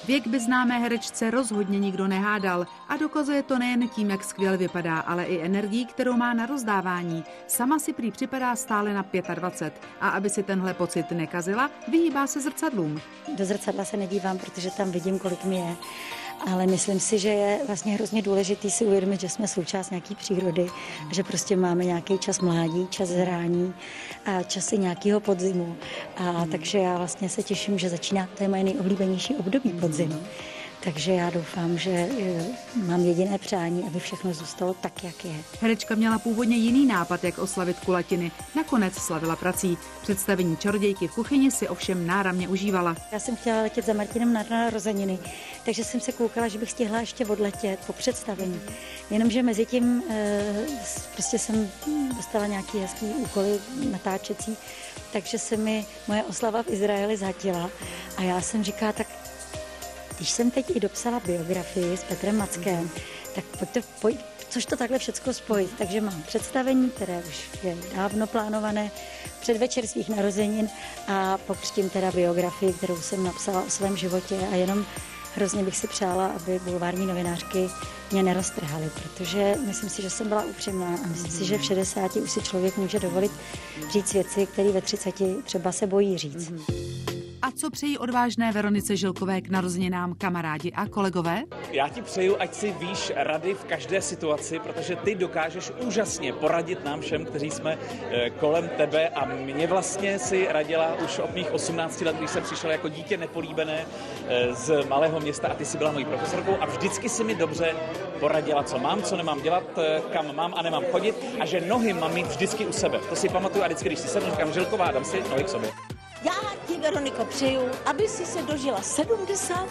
Věk by známé herečce rozhodně nikdo nehádal a dokazuje to nejen tím, jak skvěle vypadá, ale i energií, kterou má na rozdávání. Sama si prý připadá stále na 25 a aby si tenhle pocit nekazila, vyhýbá se zrcadlům. Do zrcadla se nedívám, protože tam vidím, kolik mi je. Ale myslím si, že je vlastně hrozně důležitý si uvědomit, že jsme součást nějaký přírody, že prostě máme nějaký čas mládí, čas zrání a časy nějakého podzimu. A takže já vlastně se těším, že začíná, to je moje nejoblíbenější období podzim. Takže já doufám, že mám jediné přání, aby všechno zůstalo tak, jak je. Herečka měla původně jiný nápad, jak oslavit kulatiny. Nakonec slavila prací. Představení Čarodějky v kuchyni si ovšem náramně užívala. Já jsem chtěla letět za Martinem na narozeniny, takže jsem se koukala, že bych stihla ještě odletět po představení. Jenomže mezi tím prostě jsem dostala nějaký hezký úkoly natáčecí, takže se mi moje oslava v Izraeli zhatila a já jsem říkala, tak když jsem teď i dopsala biografii s Petrem Mackem, tak pojď, což to takhle všecko spojit. Takže mám představení, které už je dávno plánované, předvečer svých narozenin a pokřtím teda biografii, kterou jsem napsala o svém životě a jenom hrozně bych si přála, aby bulvární novinářky mě neroztrhaly, protože myslím si, že jsem byla upřímná a myslím si, že v 60 už si člověk může dovolit říct věci, které ve 30 třeba se bojí říct. A co přejí odvážné Veronice Žilkové k narozeninám kamarádi a kolegové? Já ti přeju, ať si víš rady v každé situaci, protože ty dokážeš úžasně poradit nám všem, kteří jsme kolem tebe a mě vlastně si radila už od mých 18 let, když jsem přišel jako dítě nepolíbené z malého města a ty jsi byla mojí profesorkou a vždycky si mi dobře poradila, co mám, co nemám dělat, kam mám a nemám chodit a že nohy mám mít vždycky u sebe. To si pamatuju a vždycky, když si sednu, říkám Žilková, dám si nohy k sobě. Já ti, Veroniko, přeju, aby si se dožila 70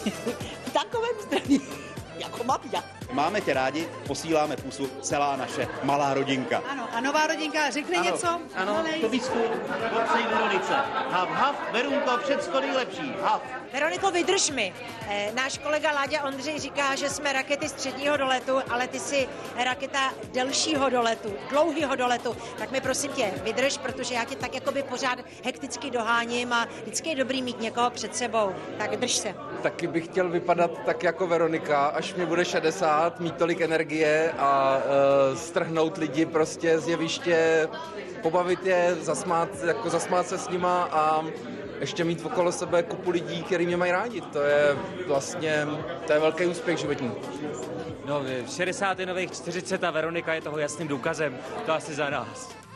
v takovém zdraví, jako mám já. Máme tě rádi, posíláme pusu, celá naše malá rodinka. Ano, a nová rodinka řekne něco? Ano, to bysku, popřej Veronice. Hav, hav, Verunko, všecko nejlepší, hav. Veroniko, vydrž mi. Náš kolega Láďa Ondřej říká, že jsme rakety středního doletu, ale ty jsi raketa delšího doletu, dlouhého doletu. Tak mi prosím tě, vydrž, protože já tě tak jakoby pořád hekticky doháním a vždycky je dobrý mít někoho před sebou. Tak drž se. Taky bych chtěl vypadat tak jako Veronika, až mi bude 60, mít tolik energie a strhnout lidi prostě z jeviště, pobavit je, zasmát se s nima a ještě mít okolo sebe kupu lidí, kteří mě mají rádi. To je velký úspěch životní. No, 60 je nových 40 a Veronika je toho jasným důkazem. To asi za nás.